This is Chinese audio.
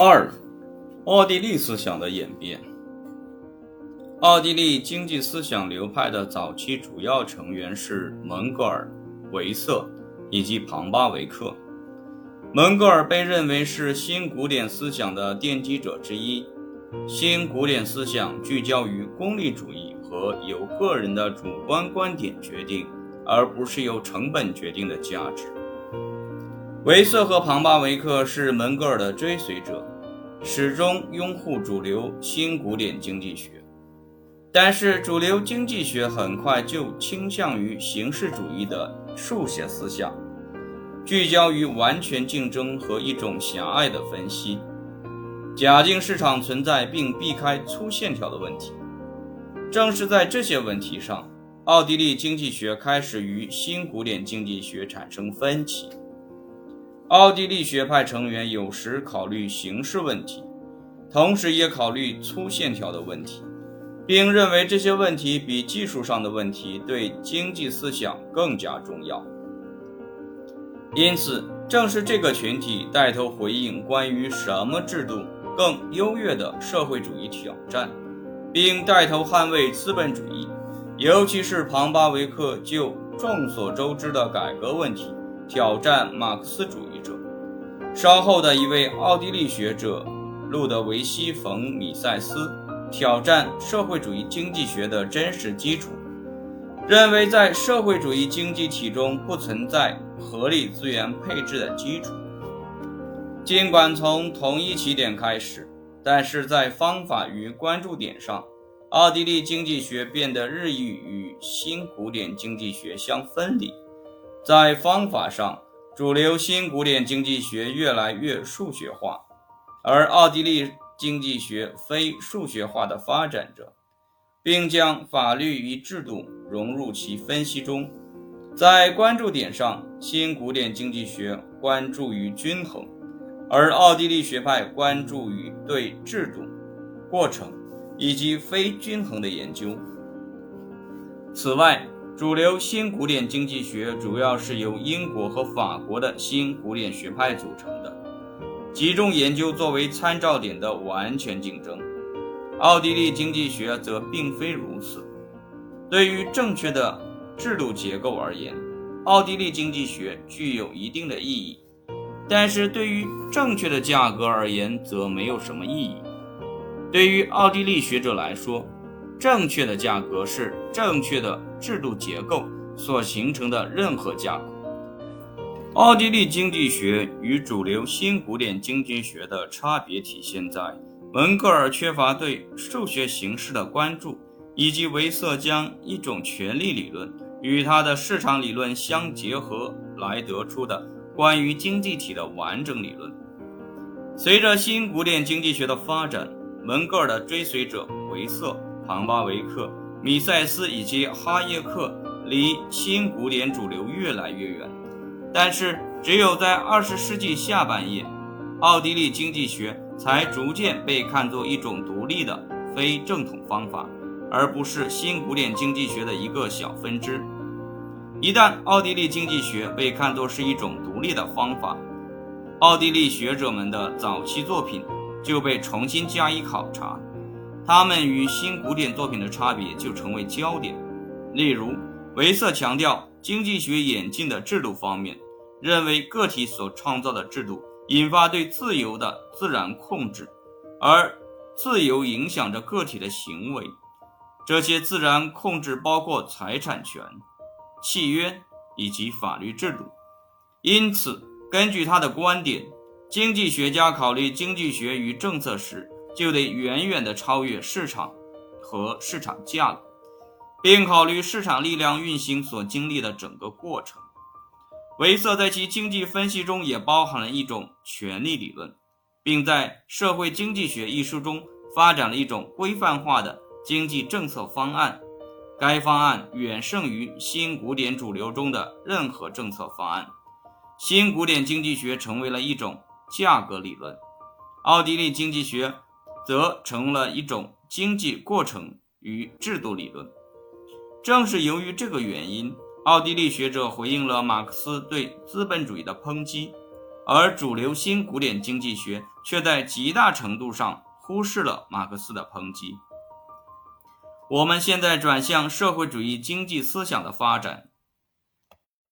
二、奥地利思想的演变。奥地利经济思想流派的早期主要成员是蒙格尔、维瑟以及庞巴维克。蒙格尔被认为是新古典思想的奠基者之一。新古典思想聚焦于功利主义和由个人的主观观点决定，而不是由成本决定的价值。维瑟和庞巴维克是蒙格尔的追随者，始终拥护主流新古典经济学。但是主流经济学很快就倾向于形式主义的数学思想，聚焦于完全竞争和一种狭隘的分析，假定市场存在并避开粗线条的问题。正是在这些问题上，奥地利经济学开始与新古典经济学产生分歧。奥地利学派成员有时考虑形式问题，同时也考虑粗线条的问题，并认为这些问题比技术上的问题对经济思想更加重要。因此，正是这个群体带头回应关于什么制度更优越的社会主义挑战，并带头捍卫资本主义，尤其是庞巴维克就众所周知的改革问题挑战马克思主义者。稍后的一位奥地利学者路德维希·冯·米塞斯挑战社会主义经济学的真实基础，认为在社会主义经济体中不存在合理资源配置的基础。尽管从同一起点开始，但是在方法与关注点上，奥地利经济学变得日益与新古典经济学相分离。在方法上，主流新古典经济学越来越数学化，而奥地利经济学非数学化的发展者，并将法律与制度融入其分析中。在关注点上，新古典经济学关注于均衡，而奥地利学派关注于对制度、过程以及非均衡的研究。此外，主流新古典经济学主要是由英国和法国的新古典学派组成的，集中研究作为参照点的完全竞争。奥地利经济学则并非如此。对于正确的制度结构而言，奥地利经济学具有一定的意义，但是对于正确的价格而言则没有什么意义。对于奥地利学者来说，正确的价格是正确的制度结构所形成的任何价格。奥地利经济学与主流新古典经济学的差别体现在蒙格尔缺乏对数学形式的关注，以及维瑟将一种权力理论与他的市场理论相结合来得出的关于经济体的完整理论。随着新古典经济学的发展，蒙格尔的追随者维瑟、庞巴维克、米塞斯以及哈耶克离新古典主流越来越远。但是只有在20世纪下半叶，奥地利经济学才逐渐被看作一种独立的非正统方法，而不是新古典经济学的一个小分支。一旦奥地利经济学被看作是一种独立的方法，奥地利学者们的早期作品就被重新加以考察，他们与新古典作品的差别就成为焦点。例如，维瑟强调经济学演进的制度方面，认为个体所创造的制度引发对自由的自然控制，而自由影响着个体的行为。这些自然控制包括财产权、契约以及法律制度。因此，根据他的观点，经济学家考虑经济学与政策时，就得远远地超越市场和市场价格，并考虑市场力量运行所经历的整个过程。维瑟在其经济分析中也包含了一种权力理论，并在《社会经济学》一书中发展了一种规范化的经济政策方案。该方案远胜于新古典主流中的任何政策方案。新古典经济学成为了一种价格理论，奥地利经济学则成了一种经济过程与制度理论。正是由于这个原因，奥地利学者回应了马克思对资本主义的抨击， 而主流新古典经济学却在极大程度上忽视了马克思的抨击。我们现在转向社会主义经济思想的发展，